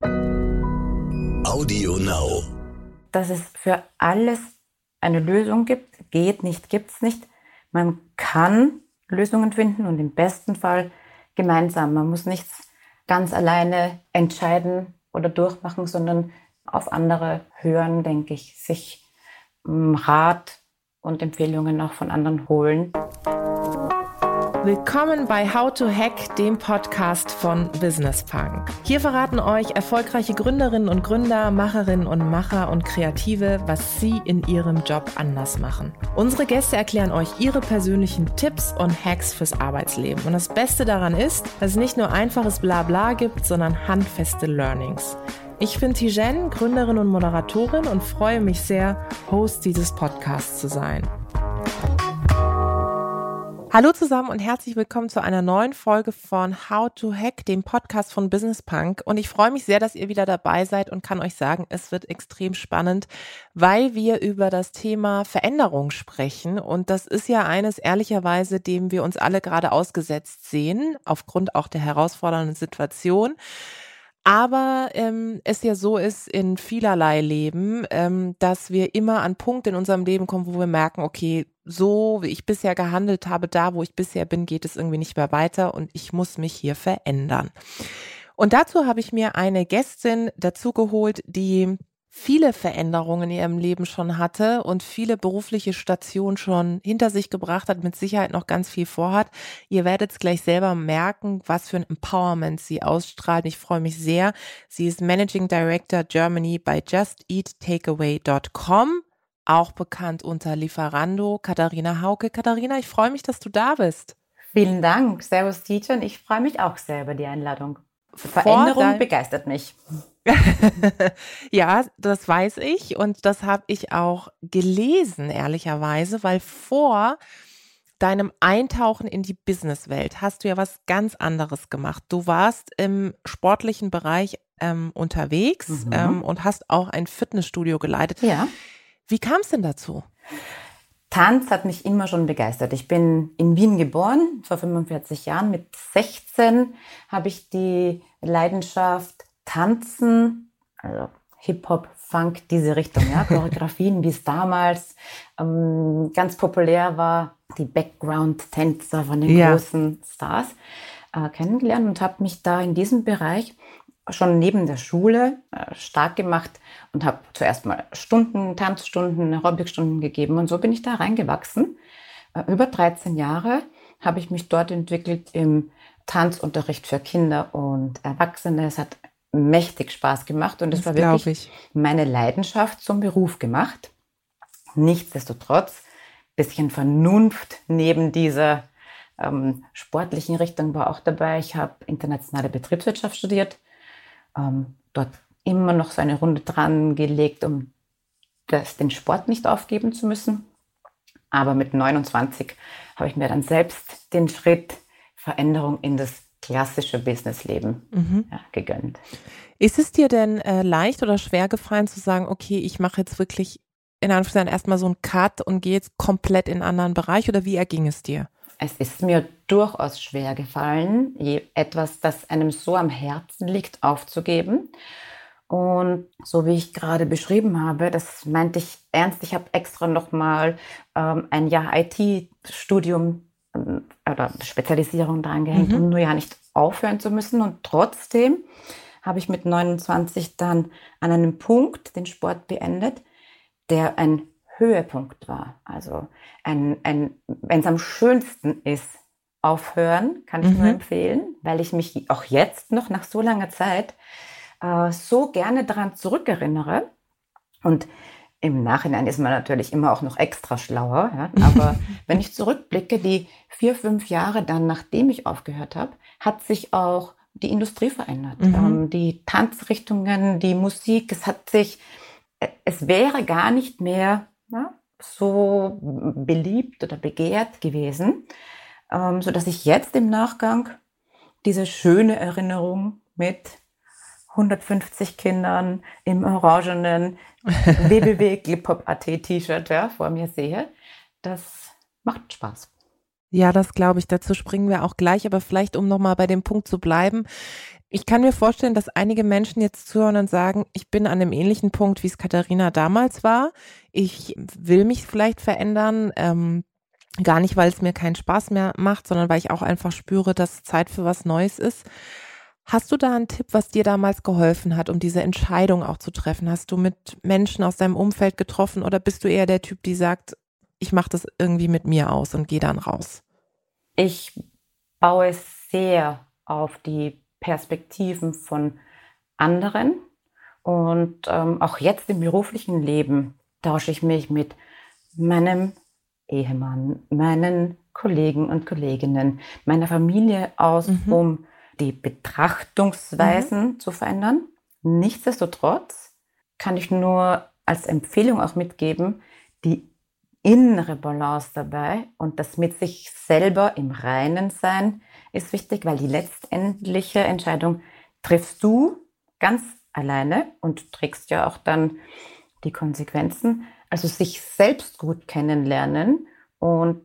Audio Now. Dass es für alles eine Lösung gibt, geht nicht, gibt's nicht. Man kann Lösungen finden und im besten Fall gemeinsam. Man muss nichts ganz alleine entscheiden oder durchmachen, sondern auf andere hören, denke ich, sich Rat und Empfehlungen auch von anderen holen. Willkommen bei How to Hack, dem Podcast von Business Punk. Hier verraten euch erfolgreiche Gründerinnen und Gründer, Macherinnen und Macher und Kreative, was sie in ihrem Job anders machen. Unsere Gäste erklären euch ihre persönlichen Tipps und Hacks fürs Arbeitsleben. Und das Beste daran ist, dass es nicht nur einfaches Blabla gibt, sondern handfeste Learnings. Ich bin Tijen, Gründerin und Moderatorin und freue mich sehr, Host dieses Podcasts zu sein. Hallo zusammen und herzlich willkommen zu einer neuen Folge von How to Hack, dem Podcast von Business Punk. Und ich freue mich sehr, dass ihr wieder dabei seid und kann euch sagen, es wird extrem spannend, weil wir über das Thema Veränderung sprechen. Und das ist ja eines, ehrlicherweise, dem wir uns alle gerade ausgesetzt sehen, aufgrund auch der herausfordernden Situation. Aber es ja so ist in vielerlei Leben, dass wir immer an Punkte in unserem Leben kommen, wo wir merken, okay, so wie ich bisher gehandelt habe, da wo ich bisher bin, geht es irgendwie nicht mehr weiter und ich muss mich hier verändern. Und dazu habe ich mir eine Gästin dazu geholt, die viele Veränderungen in ihrem Leben schon hatte und viele berufliche Stationen schon hinter sich gebracht hat, mit Sicherheit noch ganz viel vorhat. Ihr werdet es gleich selber merken, was für ein Empowerment sie ausstrahlt. Ich freue mich sehr. Sie ist Managing Director Germany bei JustEatTakeaway.com, auch bekannt unter Lieferando. Katharina Hauke. Katharina, ich freue mich, dass du da bist. Vielen Dank. Servus, Tijen. Ich freue mich auch sehr über die Einladung. Veränderung begeistert mich. Ja, das weiß ich und das habe ich auch gelesen, ehrlicherweise, weil vor deinem Eintauchen in die Businesswelt hast du ja was ganz anderes gemacht. Du warst im sportlichen Bereich unterwegs und hast auch ein Fitnessstudio geleitet. Ja. Wie kam es denn dazu? Tanz hat mich immer schon begeistert. Ich bin in Wien geboren, vor 45 Jahren. Mit 16 habe ich die Leidenschaft Tanzen, also Hip-Hop, Funk, diese Richtung, ja, Choreografien, wie es damals ganz populär war, die Background-Tänzer von den großen Stars kennengelernt und habe mich da in diesem Bereich schon neben der Schule stark gemacht und habe zuerst mal Tanzstunden, Aerobikstunden gegeben und so bin ich da reingewachsen. Über 13 Jahre habe ich mich dort entwickelt im Tanzunterricht für Kinder und Erwachsene. Es hat mächtig Spaß gemacht und es war wirklich meine Leidenschaft zum Beruf gemacht. Nichtsdestotrotz, ein bisschen Vernunft neben dieser sportlichen Richtung war auch dabei. Ich habe internationale Betriebswirtschaft studiert, dort immer noch so eine Runde dran gelegt, um den Sport nicht aufgeben zu müssen. Aber mit 29 habe ich mir dann selbst den Schritt Veränderung in das klassische Businessleben gegönnt. Ist es dir denn leicht oder schwer gefallen zu sagen, okay, ich mache jetzt wirklich in Anführungszeichen erstmal so einen Cut und gehe jetzt komplett in einen anderen Bereich oder wie erging es dir? Es ist mir durchaus schwer gefallen, etwas, das einem so am Herzen liegt, aufzugeben. Und so wie ich gerade beschrieben habe, das meinte ich ernst, ich habe extra nochmal ein Jahr IT-Studium oder Spezialisierung dran gehängt, um nur ja nicht aufhören zu müssen. Und trotzdem habe ich mit 29 dann an einem Punkt den Sport beendet, der ein Höhepunkt war. Also wenn es am schönsten ist, aufhören, kann ich nur empfehlen, weil ich mich auch jetzt noch nach so langer Zeit so gerne daran zurückerinnere. Und im Nachhinein ist man natürlich immer auch noch extra schlauer. Ja? Aber wenn ich zurückblicke, die 4-5 Jahre dann, nachdem ich aufgehört habe, hat sich auch die Industrie verändert. Die Tanzrichtungen, die Musik, es wäre gar nicht mehr so beliebt oder begehrt gewesen, sodass ich jetzt im Nachgang diese schöne Erinnerung mit 150 Kindern im orangenen www.cliphop.at T-Shirt vor mir sehe. Das macht Spaß. Ja, das glaube ich. Dazu springen wir auch gleich. Aber vielleicht, um nochmal bei dem Punkt zu bleiben. Ich kann mir vorstellen, dass einige Menschen jetzt zuhören und sagen, ich bin an einem ähnlichen Punkt, wie es Katharina damals war. Ich will mich vielleicht verändern, gar nicht, weil es mir keinen Spaß mehr macht, sondern weil ich auch einfach spüre, dass Zeit für was Neues ist. Hast du da einen Tipp, was dir damals geholfen hat, um diese Entscheidung auch zu treffen? Hast du mit Menschen aus deinem Umfeld getroffen oder bist du eher der Typ, die sagt, ich mache das irgendwie mit mir aus und gehe dann raus? Ich baue sehr auf die Perspektiven von anderen und auch jetzt im beruflichen Leben tausche ich mich mit meinem Ehemann, meinen Kollegen und Kolleginnen, meiner Familie aus, um die Betrachtungsweisen zu verändern. Nichtsdestotrotz kann ich nur als Empfehlung auch mitgeben, die innere Balance dabei und das mit sich selber im Reinen sein ist wichtig, weil die letztendliche Entscheidung triffst du ganz alleine und trägst ja auch dann die Konsequenzen. Also sich selbst gut kennenlernen und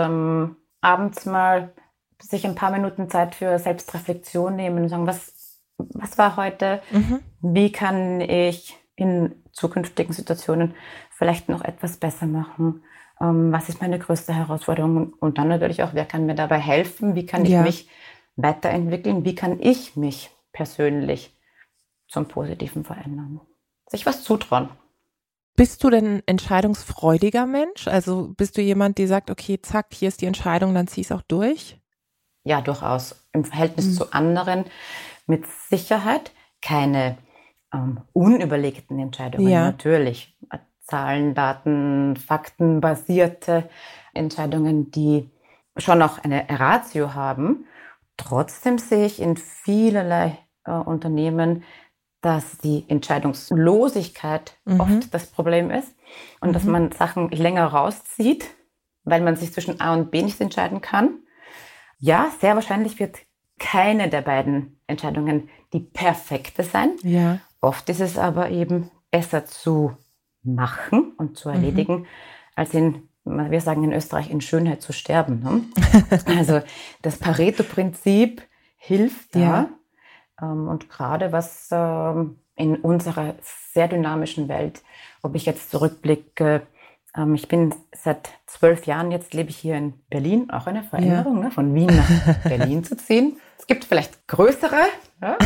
abends mal sich ein paar Minuten Zeit für Selbstreflexion nehmen und sagen, was war heute? Wie kann ich in zukünftigen Situationen vielleicht noch etwas besser machen? Was ist meine größte Herausforderung? Und dann natürlich auch, wer kann mir dabei helfen? Wie kann ich mich weiterentwickeln? Wie kann ich mich persönlich zum Positiven verändern? Sich was zutrauen. Bist du denn ein entscheidungsfreudiger Mensch? Also bist du jemand, der sagt, okay, zack, hier ist die Entscheidung, dann zieh ich es auch durch? Ja, durchaus. Im Verhältnis zu anderen mit Sicherheit keine unüberlegten Entscheidungen. Ja. Natürlich. Zahlen, Daten, Fakten basierte Entscheidungen, die schon auch eine Ratio haben. Trotzdem sehe ich in vielerlei Unternehmen, dass die Entscheidungslosigkeit oft das Problem ist und dass man Sachen länger rauszieht, weil man sich zwischen A und B nicht entscheiden kann. Ja, sehr wahrscheinlich wird keine der beiden Entscheidungen die perfekte sein. Ja. Oft ist es aber eben besser zu machen und zu erledigen, als wir sagen in Österreich, in Schönheit zu sterben. Ne? Also das Pareto-Prinzip hilft da. Ja. Und gerade was in unserer sehr dynamischen Welt, ob ich jetzt zurückblicke, ich bin seit 12 Jahren, jetzt lebe ich hier in Berlin, auch eine Veränderung, ne, von Wien nach Berlin zu ziehen. Es gibt vielleicht größere, ja,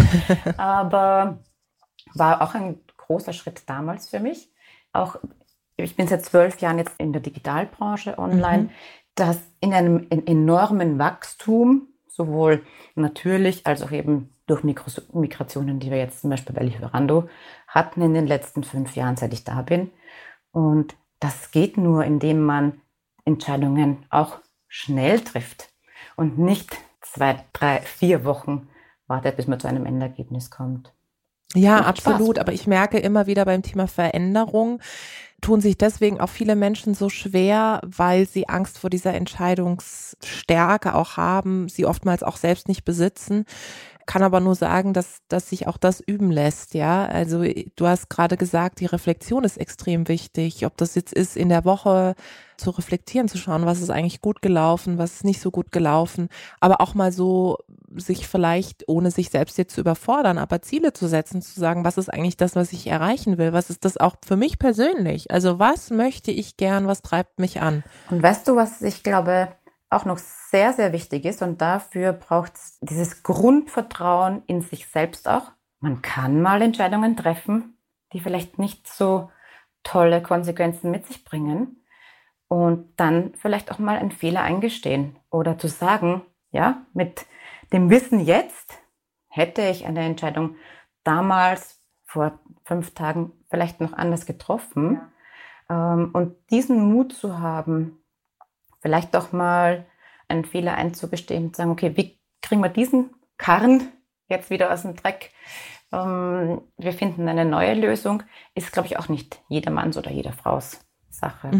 aber war auch ein großer Schritt damals für mich. Auch ich bin seit 12 Jahren jetzt in der Digitalbranche online, das in einem enormen Wachstum, sowohl natürlich als auch eben durch Migrationen, die wir jetzt zum Beispiel bei Lieferando hatten in den letzten 5 Jahren, seit ich da bin. Und das geht nur, indem man Entscheidungen auch schnell trifft und nicht 2, 3, 4 Wochen wartet, bis man zu einem Endergebnis kommt. Ja, Macht absolut. Spaß. Aber ich merke immer wieder beim Thema Veränderung, tun sich deswegen auch viele Menschen so schwer, weil sie Angst vor dieser Entscheidungsstärke auch haben, sie oftmals auch selbst nicht besitzen. Kann aber nur sagen, dass sich auch das üben lässt, ja. Also du hast gerade gesagt, die Reflexion ist extrem wichtig. Ob das jetzt ist, in der Woche zu reflektieren, zu schauen, was ist eigentlich gut gelaufen, was ist nicht so gut gelaufen, aber auch mal so sich vielleicht, ohne sich selbst jetzt zu überfordern, aber Ziele zu setzen, zu sagen, was ist eigentlich das, was ich erreichen will, was ist das auch für mich persönlich? Also was möchte ich gern, was treibt mich an? Und weißt du, was ich glaube auch noch sehr, sehr wichtig ist, und dafür braucht es dieses Grundvertrauen in sich selbst auch. Man kann mal Entscheidungen treffen, die vielleicht nicht so tolle Konsequenzen mit sich bringen und dann vielleicht auch mal einen Fehler eingestehen oder zu sagen, ja, mit dem Wissen jetzt hätte ich eine Entscheidung damals vor 5 Tagen vielleicht noch anders getroffen. Ja. Und diesen Mut zu haben, vielleicht auch mal einen Fehler einzugestehen und zu sagen, okay, wie kriegen wir diesen Karren jetzt wieder aus dem Dreck? Wir finden eine neue Lösung, ist, glaube ich, auch nicht jedermanns oder jeder Fraus Sache.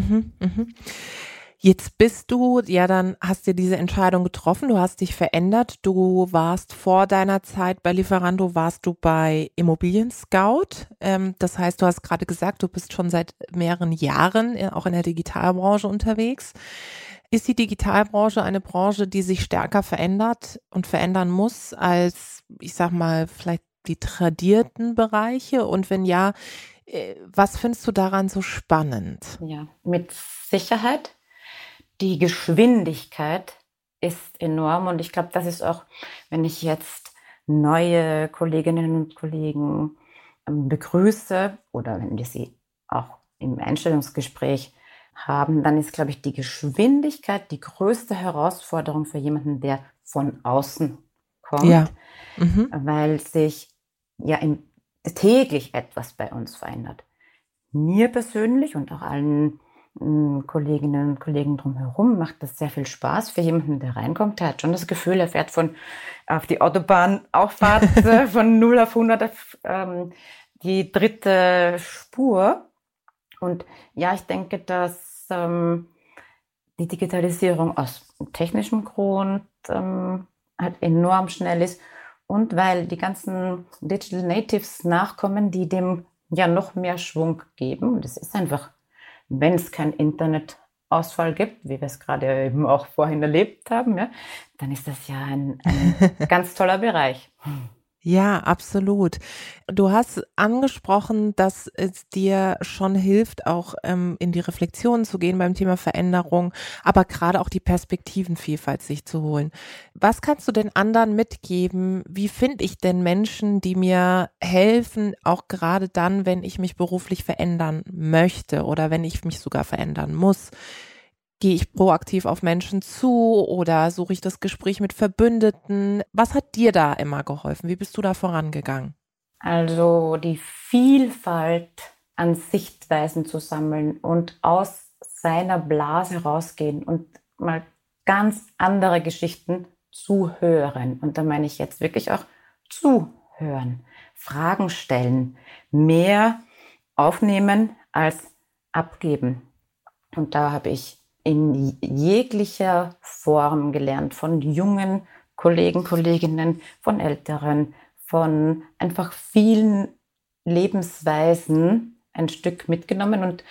Jetzt bist du, ja, dann hast du diese Entscheidung getroffen, du hast dich verändert, du warst vor deiner Zeit bei Lieferando, warst du bei Immobilien Scout. Das heißt, du hast gerade gesagt, du bist schon seit mehreren Jahren auch in der Digitalbranche unterwegs. Ist die Digitalbranche eine Branche, die sich stärker verändert und verändern muss als, ich sag mal, vielleicht die tradierten Bereiche? Und wenn ja, was findest du daran so spannend? Ja, mit Sicherheit. Die Geschwindigkeit ist enorm und ich glaube, das ist auch, wenn ich jetzt neue Kolleginnen und Kollegen begrüße oder wenn wir sie auch im Einstellungsgespräch haben, dann ist, glaube ich, die Geschwindigkeit die größte Herausforderung für jemanden, der von außen Ja. kommt, weil sich ja täglich etwas bei uns verändert. Mir persönlich und auch allen Kolleginnen und Kollegen drumherum macht das sehr viel Spaß. Für jemanden, der reinkommt, der hat schon das Gefühl, er fährt auf die Autobahnauffahrt von 0 auf 100 auf die dritte Spur. Und ja, ich denke, dass die Digitalisierung aus technischem Grund halt enorm schnell ist und weil die ganzen Digital Natives nachkommen, die dem ja noch mehr Schwung geben. Und es ist einfach, wenn es keinen Internetausfall gibt, wie wir es gerade eben auch vorhin erlebt haben, ja, dann ist das ja ein ganz toller Bereich. Ja, absolut. Du hast angesprochen, dass es dir schon hilft, auch in die Reflexion zu gehen beim Thema Veränderung, aber gerade auch die Perspektivenvielfalt sich zu holen. Was kannst du den anderen mitgeben? Wie finde ich denn Menschen, die mir helfen, auch gerade dann, wenn ich mich beruflich verändern möchte oder wenn ich mich sogar verändern muss? Gehe ich proaktiv auf Menschen zu oder suche ich das Gespräch mit Verbündeten? Was hat dir da immer geholfen? Wie bist du da vorangegangen? Also die Vielfalt an Sichtweisen zu sammeln und aus seiner Blase rausgehen und mal ganz andere Geschichten zuhören. Und da meine ich jetzt wirklich auch zuhören, Fragen stellen, mehr aufnehmen als abgeben. Und da habe ich in jeglicher Form gelernt, von jungen Kollegen, Kolleginnen, von Älteren, von einfach vielen Lebensweisen ein Stück mitgenommen und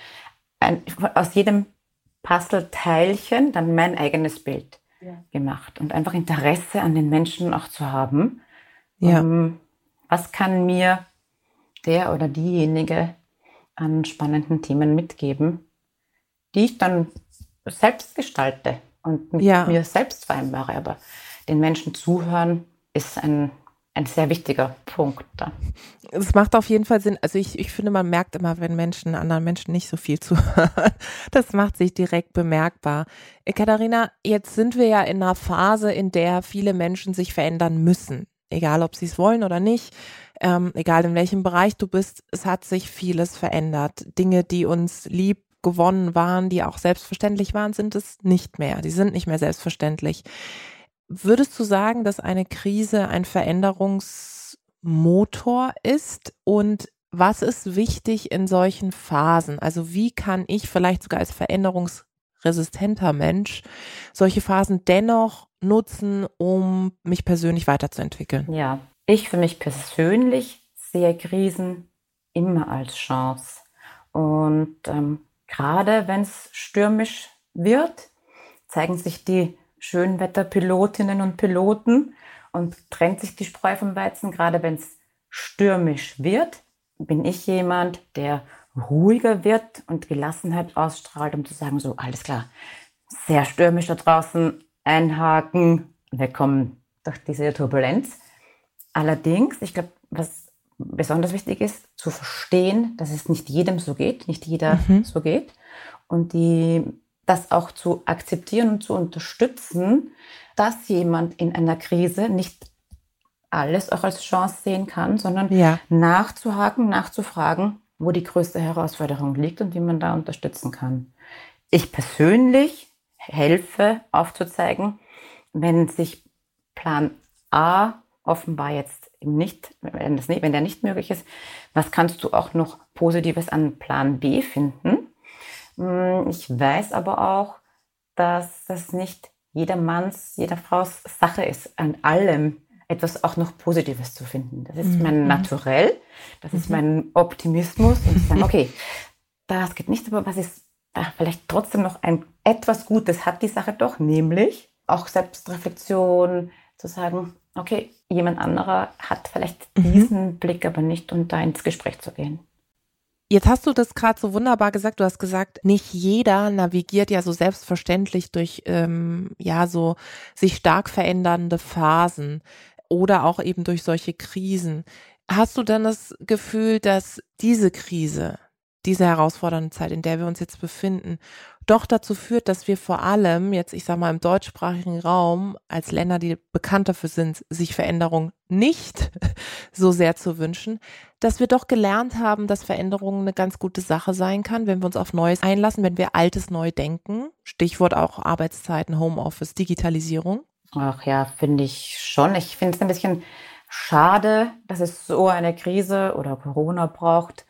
aus jedem Puzzleteilchen dann mein eigenes Bild gemacht und einfach Interesse an den Menschen auch zu haben. Ja. Was kann mir der oder diejenige an spannenden Themen mitgeben, die ich dann selbst gestalte und mit mir selbst vereinbare. Aber den Menschen zuhören ist ein sehr wichtiger Punkt da. Es macht auf jeden Fall Sinn. Also ich finde, man merkt immer, wenn Menschen anderen Menschen nicht so viel zuhören. Das macht sich direkt bemerkbar. Katharina, jetzt sind wir ja in einer Phase, in der viele Menschen sich verändern müssen. Egal, ob sie es wollen oder nicht. Egal, in welchem Bereich du bist. Es hat sich vieles verändert. Dinge, die uns lieb gewonnen waren, die auch selbstverständlich waren, sind es nicht mehr. Die sind nicht mehr selbstverständlich. Würdest du sagen, dass eine Krise ein Veränderungsmotor ist? Und was ist wichtig in solchen Phasen? Also wie kann ich vielleicht sogar als veränderungsresistenter Mensch solche Phasen dennoch nutzen, um mich persönlich weiterzuentwickeln? Ja, ich für mich persönlich sehe Krisen immer als Chance. Und gerade wenn es stürmisch wird, zeigen sich die Schönwetterpilotinnen und Piloten und trennt sich die Spreu vom Weizen. Gerade wenn es stürmisch wird, bin ich jemand, der ruhiger wird und Gelassenheit ausstrahlt, um zu sagen, so, alles klar, sehr stürmisch da draußen, einhaken, wir kommen durch diese Turbulenz. Allerdings, ich glaube, was besonders wichtig ist, zu verstehen, dass es nicht jedem so geht, nicht jeder so geht und das auch zu akzeptieren und zu unterstützen, dass jemand in einer Krise nicht alles auch als Chance sehen kann, sondern nachzuhaken, nachzufragen, wo die größte Herausforderung liegt und wie man da unterstützen kann. Ich persönlich helfe aufzuzeigen, wenn sich Plan A offenbar jetzt nicht, wenn der nicht möglich ist, was kannst du auch noch Positives an Plan B finden? Ich weiß aber auch, dass das nicht jedermanns, jeder Fraus Sache ist, an allem etwas auch noch Positives zu finden. Das ist mein Naturell, das ist mein Optimismus und zu sagen, okay, das geht nicht, aber was ist vielleicht trotzdem noch ein etwas Gutes hat die Sache doch, nämlich auch Selbstreflexion, zu sagen, okay, jemand anderer hat vielleicht diesen Blick aber nicht, und da ins Gespräch zu gehen. Jetzt hast du das gerade so wunderbar gesagt. Du hast gesagt, nicht jeder navigiert ja so selbstverständlich durch so sich stark verändernde Phasen oder auch eben durch solche Krisen. Hast du dann das Gefühl, dass diese Krise, diese herausfordernde Zeit, in der wir uns jetzt befinden, doch dazu führt, dass wir vor allem jetzt, ich sag mal, im deutschsprachigen Raum als Länder, die bekannt dafür sind, sich Veränderung nicht so sehr zu wünschen, dass wir doch gelernt haben, dass Veränderung eine ganz gute Sache sein kann, wenn wir uns auf Neues einlassen, wenn wir Altes neu denken. Stichwort auch Arbeitszeiten, Homeoffice, Digitalisierung. Ach ja, finde ich schon. Ich finde es ein bisschen schade, dass es so eine Krise oder Corona braucht,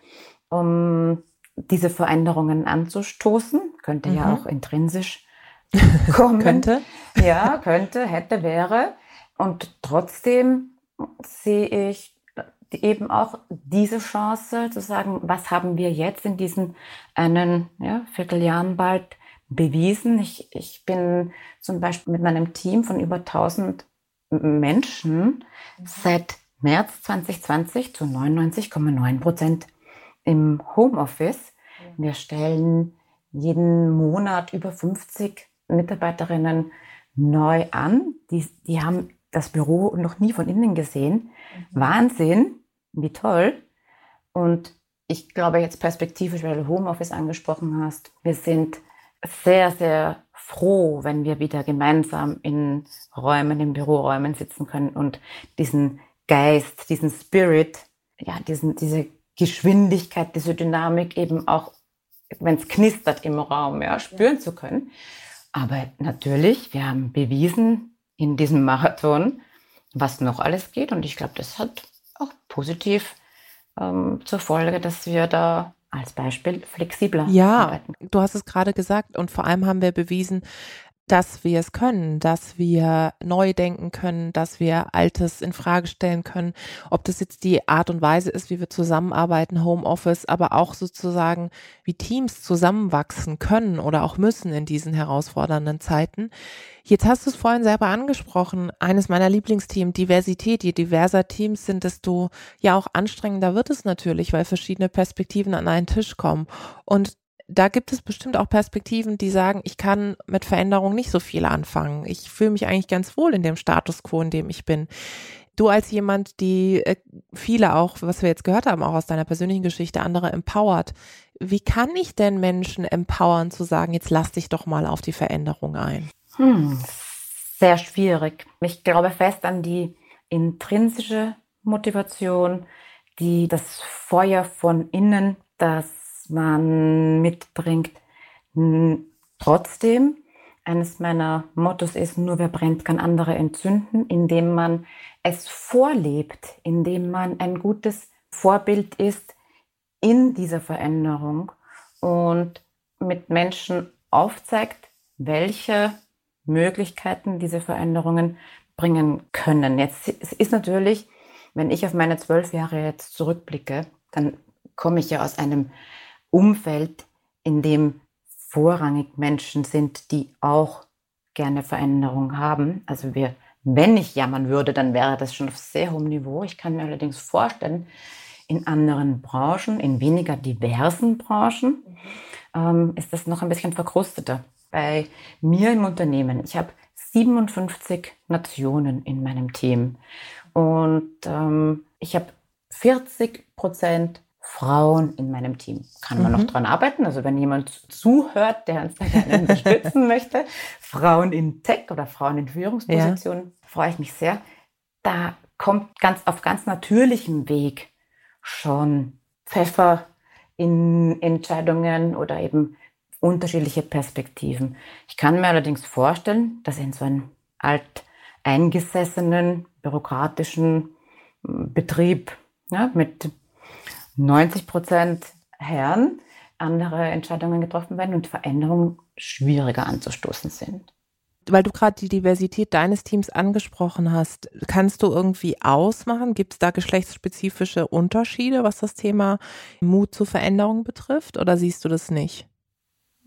um diese Veränderungen anzustoßen. Könnte ja auch intrinsisch kommen. Könnte. Ja, könnte, hätte, wäre. Und trotzdem sehe ich eben auch diese Chance zu sagen, was haben wir jetzt in diesen Vierteljahren bald bewiesen. Ich bin zum Beispiel mit meinem Team von über 1000 Menschen seit März 2020 zu 99,9% im Homeoffice. Wir stellen jeden Monat über 50 Mitarbeiterinnen neu an. Die haben das Büro noch nie von innen gesehen. Wahnsinn, wie toll. Und ich glaube jetzt perspektivisch, weil du Homeoffice angesprochen hast, wir sind sehr, sehr froh, wenn wir wieder gemeinsam in Büroräumen sitzen können und diesen Geist, diesen Spirit, diese Geschwindigkeit, diese Dynamik eben auch, wenn es knistert im Raum, spüren zu können. Aber natürlich, wir haben bewiesen in diesem Marathon, was noch alles geht. Und ich glaube, das hat auch positiv zur Folge, dass wir da als Beispiel flexibler arbeiten. Ja, du hast es gerade gesagt, und vor allem haben wir bewiesen, dass wir es können, dass wir neu denken können, dass wir Altes in Frage stellen können, ob das jetzt die Art und Weise ist, wie wir zusammenarbeiten, Homeoffice, aber auch sozusagen, wie Teams zusammenwachsen können oder auch müssen in diesen herausfordernden Zeiten. Jetzt hast du es vorhin selber angesprochen, eines meiner Lieblingsthemen, Diversität. Je diverser Teams sind, desto auch anstrengender wird es natürlich, weil verschiedene Perspektiven an einen Tisch kommen. Und da gibt es bestimmt auch Perspektiven, die sagen, ich kann mit Veränderung nicht so viel anfangen. Ich fühle mich eigentlich ganz wohl in dem Status quo, in dem ich bin. Du als jemand, die viele auch, was wir jetzt gehört haben, auch aus deiner persönlichen Geschichte, andere empowert. Wie kann ich denn Menschen empowern, zu sagen, jetzt lass dich doch mal auf die Veränderung ein? Sehr schwierig. Ich glaube fest an die intrinsische Motivation, das Feuer von innen, das man mitbringt. Trotzdem, eines meiner Mottos ist, nur wer brennt, kann andere entzünden, indem man es vorlebt, indem man ein gutes Vorbild ist in dieser Veränderung und mit Menschen aufzeigt, welche Möglichkeiten diese Veränderungen bringen können. Jetzt ist natürlich, wenn ich auf meine 12 Jahre jetzt zurückblicke, dann komme ich ja aus einem Umfeld, in dem vorrangig Menschen sind, die auch gerne Veränderung haben. Also wenn ich jammern würde, dann wäre das schon auf sehr hohem Niveau. Ich kann mir allerdings vorstellen, in anderen Branchen, in weniger diversen Branchen, ist das noch ein bisschen verkrusteter. Bei mir im Unternehmen, ich habe 57 Nationen in meinem Team und ich habe 40% Frauen in meinem Team. Kann man noch dran arbeiten. Also wenn jemand zuhört, der uns da gerne unterstützen möchte, Frauen in Tech oder Frauen in Führungspositionen, freue ich mich sehr. Da kommt auf ganz natürlichem Weg schon Pfeffer in Entscheidungen oder eben unterschiedliche Perspektiven. Ich kann mir allerdings vorstellen, dass in so einem alteingesessenen, bürokratischen Betrieb mit 90% Herren andere Entscheidungen getroffen werden und Veränderungen schwieriger anzustoßen sind. Weil du gerade die Diversität deines Teams angesprochen hast, kannst du irgendwie ausmachen? Gibt es da geschlechtsspezifische Unterschiede, was das Thema Mut zur Veränderung betrifft, oder siehst du das nicht?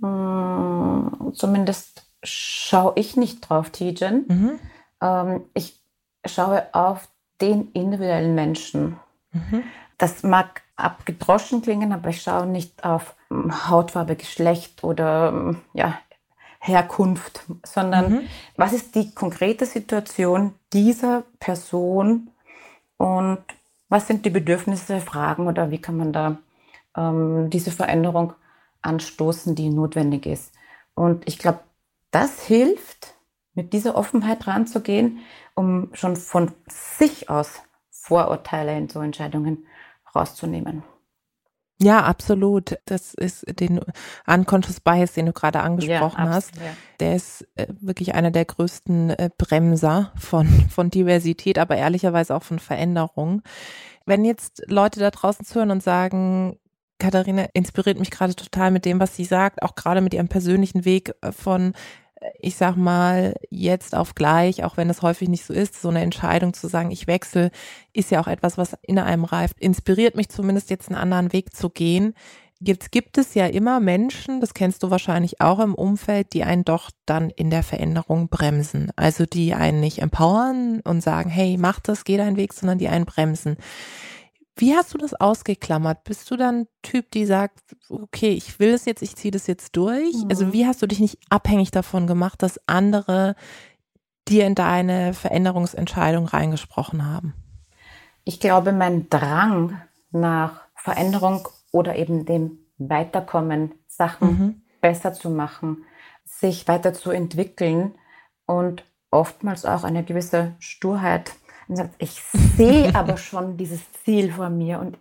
Zumindest schaue ich nicht drauf, Tijen. Mhm. Ich schaue auf den individuellen Menschen. Mhm. Das mag abgedroschen klingen, aber ich schaue nicht auf Hautfarbe, Geschlecht oder ja, Herkunft, sondern was ist die konkrete Situation dieser Person und was sind die Bedürfnisse, Fragen oder wie kann man da diese Veränderung anstoßen, die notwendig ist. Und ich glaube, das hilft, mit dieser Offenheit ranzugehen, um schon von sich aus Vorurteile in so Entscheidungen rauszunehmen. Ja, absolut. Das ist den Unconscious Bias, den du gerade angesprochen hast. Ja. Der ist wirklich einer der größten Bremser von Diversität, aber ehrlicherweise auch von Veränderung. Wenn jetzt Leute da draußen zuhören und sagen, Katharina inspiriert mich gerade total mit dem, was sie sagt, auch gerade mit ihrem persönlichen Weg von, ich sag mal, jetzt auf gleich, auch wenn es häufig nicht so ist, so eine Entscheidung zu sagen, ich wechsle, ist ja auch etwas, was in einem reift, inspiriert mich zumindest jetzt einen anderen Weg zu gehen. Jetzt gibt es ja immer Menschen, das kennst du wahrscheinlich auch im Umfeld, die einen doch dann in der Veränderung bremsen. Also die einen nicht empowern und sagen, hey, mach das, geh deinen Weg, sondern die einen bremsen. Wie hast du das ausgeklammert? Bist du dann Typ, die sagt, okay, ich will es jetzt, ich ziehe das jetzt durch? Also wie hast du dich nicht abhängig davon gemacht, dass andere dir in deine Veränderungsentscheidung reingesprochen haben? Ich glaube, mein Drang nach Veränderung oder eben dem Weiterkommen, Sachen besser zu machen, sich weiterzuentwickeln und oftmals auch eine gewisse Sturheit. Ich sehe aber schon dieses Ziel vor mir und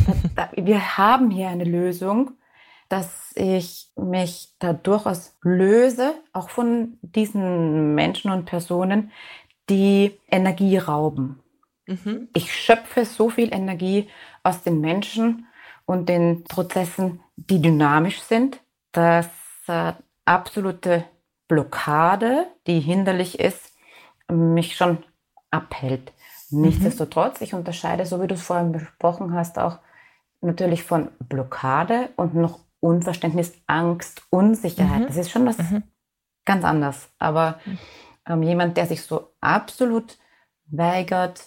wir haben hier eine Lösung, dass ich mich da durchaus löse, auch von diesen Menschen und Personen, die Energie rauben. Ich schöpfe so viel Energie aus den Menschen und den Prozessen, die dynamisch sind, dass absolute Blockade, die hinderlich ist, mich schon abhält. Nichtsdestotrotz, ich unterscheide, so wie du es vorhin besprochen hast, auch natürlich von Blockade und noch Unverständnis, Angst, Unsicherheit. Das ist schon was ganz anderes. Aber jemand, der sich so absolut weigert,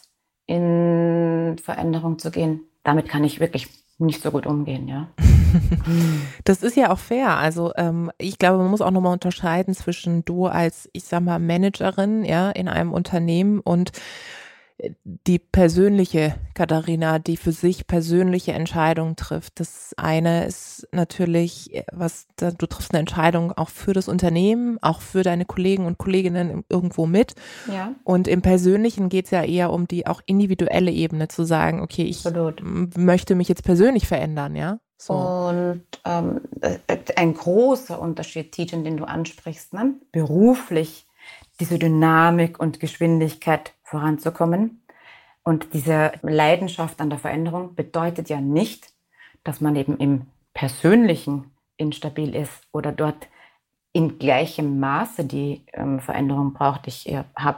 in Veränderung zu gehen, damit kann ich wirklich nicht so gut umgehen, ja. Das ist ja auch fair. Also ich glaube, man muss auch nochmal unterscheiden zwischen du als, ich sag mal, Managerin, ja, in einem Unternehmen und die persönliche Katharina, die für sich persönliche Entscheidungen trifft. Das eine ist natürlich, du triffst eine Entscheidung auch für das Unternehmen, auch für deine Kollegen und Kolleginnen irgendwo mit. Ja. Und im Persönlichen geht es ja eher um die auch individuelle Ebene, zu sagen, okay, ich möchte mich jetzt persönlich verändern, ja. So. Und ein großer Unterschied, Tijen, den du ansprichst, ne? Beruflich diese Dynamik und Geschwindigkeit voranzukommen. Und diese Leidenschaft an der Veränderung bedeutet ja nicht, dass man eben im Persönlichen instabil ist oder dort in gleichem Maße die Veränderung braucht. Ich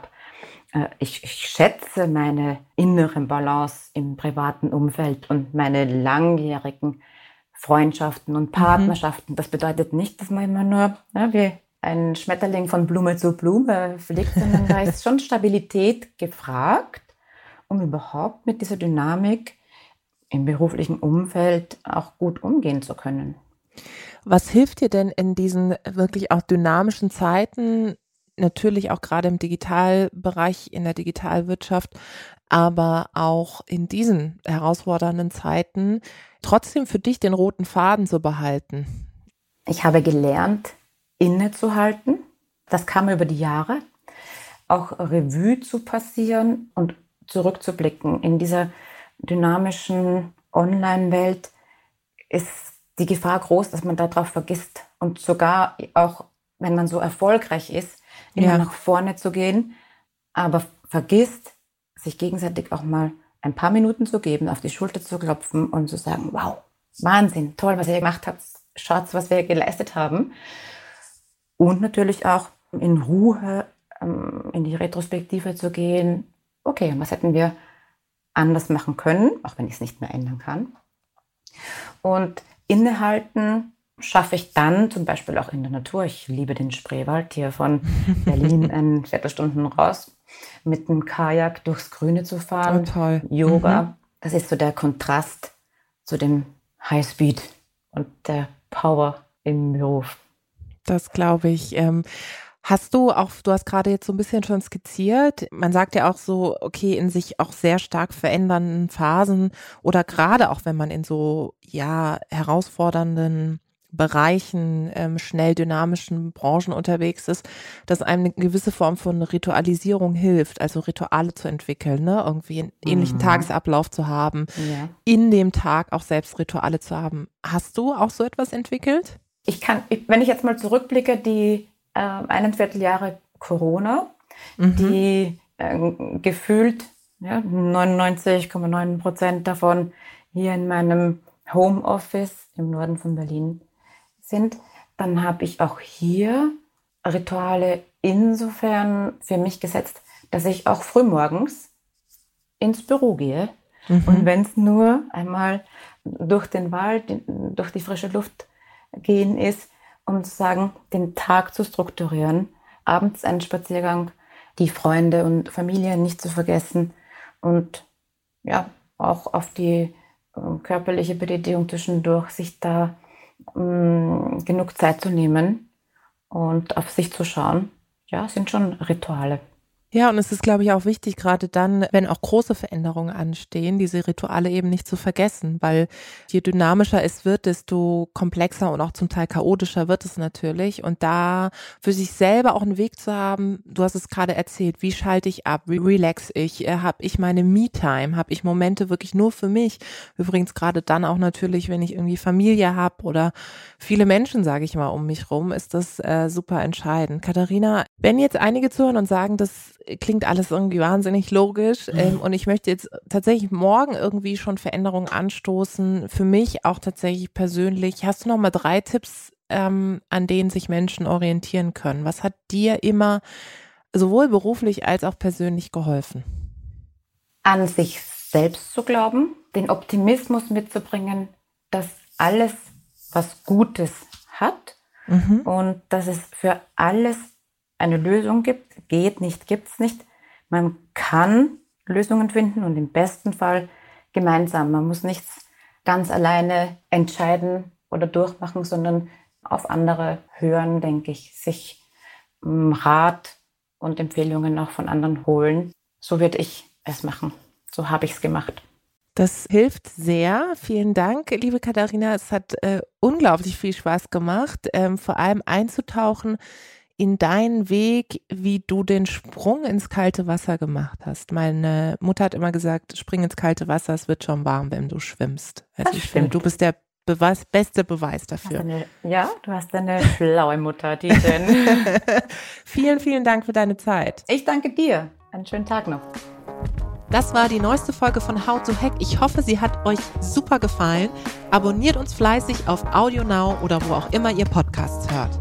schätze meine innere Balance im privaten Umfeld und meine langjährigen Freundschaften und Partnerschaften. Das bedeutet nicht, dass man immer nur wie ein Schmetterling von Blume zu Blume fliegt, sondern da ist schon Stabilität gefragt, um überhaupt mit dieser Dynamik im beruflichen Umfeld auch gut umgehen zu können. Was hilft dir denn in diesen wirklich auch dynamischen Zeiten, natürlich auch gerade im Digitalbereich, in der Digitalwirtschaft, aber auch in diesen herausfordernden Zeiten, trotzdem für dich den roten Faden zu behalten? Ich habe gelernt, innezuhalten. Das kam über die Jahre. Auch Revue zu passieren und zurückzublicken. In dieser dynamischen Online-Welt ist die Gefahr groß, dass man darauf vergisst. Und sogar auch, wenn man so erfolgreich ist, immer nach vorne zu gehen, aber vergisst, sich gegenseitig auch mal ein paar Minuten zu geben, auf die Schulter zu klopfen und zu sagen, wow, Wahnsinn, toll, was ihr gemacht habt, schaut, was wir geleistet haben. Und natürlich auch in Ruhe in die Retrospektive zu gehen. Okay, was hätten wir anders machen können, auch wenn ich es nicht mehr ändern kann. Und innehalten schaffe ich dann zum Beispiel auch in der Natur. Ich liebe den Spreewald hier von Berlin eine Viertelstunden raus, mit dem Kajak durchs Grüne zu fahren. Oh, toll. Yoga. Das ist so der Kontrast zu dem Highspeed und der Power im Beruf. Das glaube ich. Hast du hast gerade jetzt so ein bisschen schon skizziert, man sagt ja auch so, okay, in sich auch sehr stark verändernden Phasen oder gerade auch wenn man in so, herausfordernden Bereichen, schnell dynamischen Branchen unterwegs ist, dass einem eine gewisse Form von Ritualisierung hilft, also Rituale zu entwickeln, ne? Irgendwie einen ähnlichen Tagesablauf zu haben, in dem Tag auch selbst Rituale zu haben. Hast du auch so etwas entwickelt? Wenn ich jetzt mal zurückblicke, die 1,25 Jahre Corona, die gefühlt 99,9% davon hier in meinem Homeoffice im Norden von Berlin sind, dann habe ich auch hier Rituale insofern für mich gesetzt, dass ich auch frühmorgens ins Büro gehe. Und wenn es nur einmal durch den Wald, durch die frische Luft gehen ist, um zu sagen, den Tag zu strukturieren, abends einen Spaziergang, die Freunde und Familie nicht zu vergessen und auch auf die körperliche Betätigung zwischendurch, sich da genug Zeit zu nehmen und auf sich zu schauen, sind schon Rituale. Ja, und es ist, glaube ich, auch wichtig, gerade dann, wenn auch große Veränderungen anstehen, diese Rituale eben nicht zu vergessen, weil je dynamischer es wird, desto komplexer und auch zum Teil chaotischer wird es natürlich. Und da für sich selber auch einen Weg zu haben, du hast es gerade erzählt, wie schalte ich ab, wie relax ich, habe ich meine Me-Time, habe ich Momente wirklich nur für mich. Übrigens gerade dann auch natürlich, wenn ich irgendwie Familie habe oder viele Menschen, sage ich mal, um mich rum, ist das super entscheidend. Katharina, wenn jetzt einige zuhören und sagen, das klingt alles irgendwie wahnsinnig logisch und ich möchte jetzt tatsächlich morgen irgendwie schon Veränderungen anstoßen, für mich auch tatsächlich persönlich. Hast du noch mal 3 Tipps, an denen sich Menschen orientieren können? Was hat dir immer sowohl beruflich als auch persönlich geholfen? An sich selbst zu glauben, den Optimismus mitzubringen, dass alles was Gutes hat und dass es für alles eine Lösung gibt, geht nicht, gibt's nicht. Man kann Lösungen finden und im besten Fall gemeinsam. Man muss nichts ganz alleine entscheiden oder durchmachen, sondern auf andere hören, denke ich, sich Rat und Empfehlungen auch von anderen holen. So würde ich es machen. So habe ich es gemacht. Das hilft sehr. Vielen Dank, liebe Katharina. Es hat unglaublich viel Spaß gemacht, vor allem einzutauchen in deinen Weg, wie du den Sprung ins kalte Wasser gemacht hast. Meine Mutter hat immer gesagt, spring ins kalte Wasser, es wird schon warm, wenn du schwimmst. Also ich finde, du bist der beste Beweis dafür. Du hast eine schlaue Mutter, die denn. Vielen, vielen Dank für deine Zeit. Ich danke dir. Einen schönen Tag noch. Das war die neueste Folge von How to Hack. Ich hoffe, sie hat euch super gefallen. Abonniert uns fleißig auf AudioNow oder wo auch immer ihr Podcasts hört.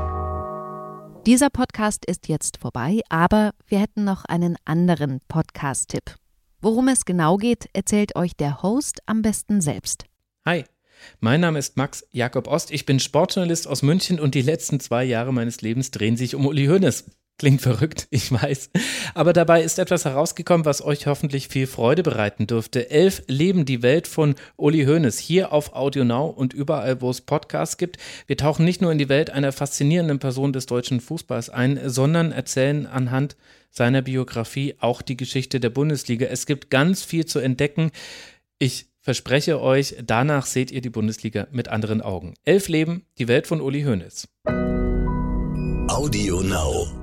Dieser Podcast ist jetzt vorbei, aber wir hätten noch einen anderen Podcast-Tipp. Worum es genau geht, erzählt euch der Host am besten selbst. Hi, mein Name ist Max Jakob Ost. Ich bin Sportjournalist aus München und die letzten 2 Jahre meines Lebens drehen sich um Uli Hoeneß. Klingt verrückt, ich weiß. Aber dabei ist etwas herausgekommen, was euch hoffentlich viel Freude bereiten dürfte. 11 leben die Welt von Uli Hoeneß hier auf AudioNow und überall, wo es Podcasts gibt. Wir tauchen nicht nur in die Welt einer faszinierenden Person des deutschen Fußballs ein, sondern erzählen anhand seiner Biografie auch die Geschichte der Bundesliga. Es gibt ganz viel zu entdecken. Ich verspreche euch, danach seht ihr die Bundesliga mit anderen Augen. 11 leben die Welt von Uli Hoeneß. AudioNow.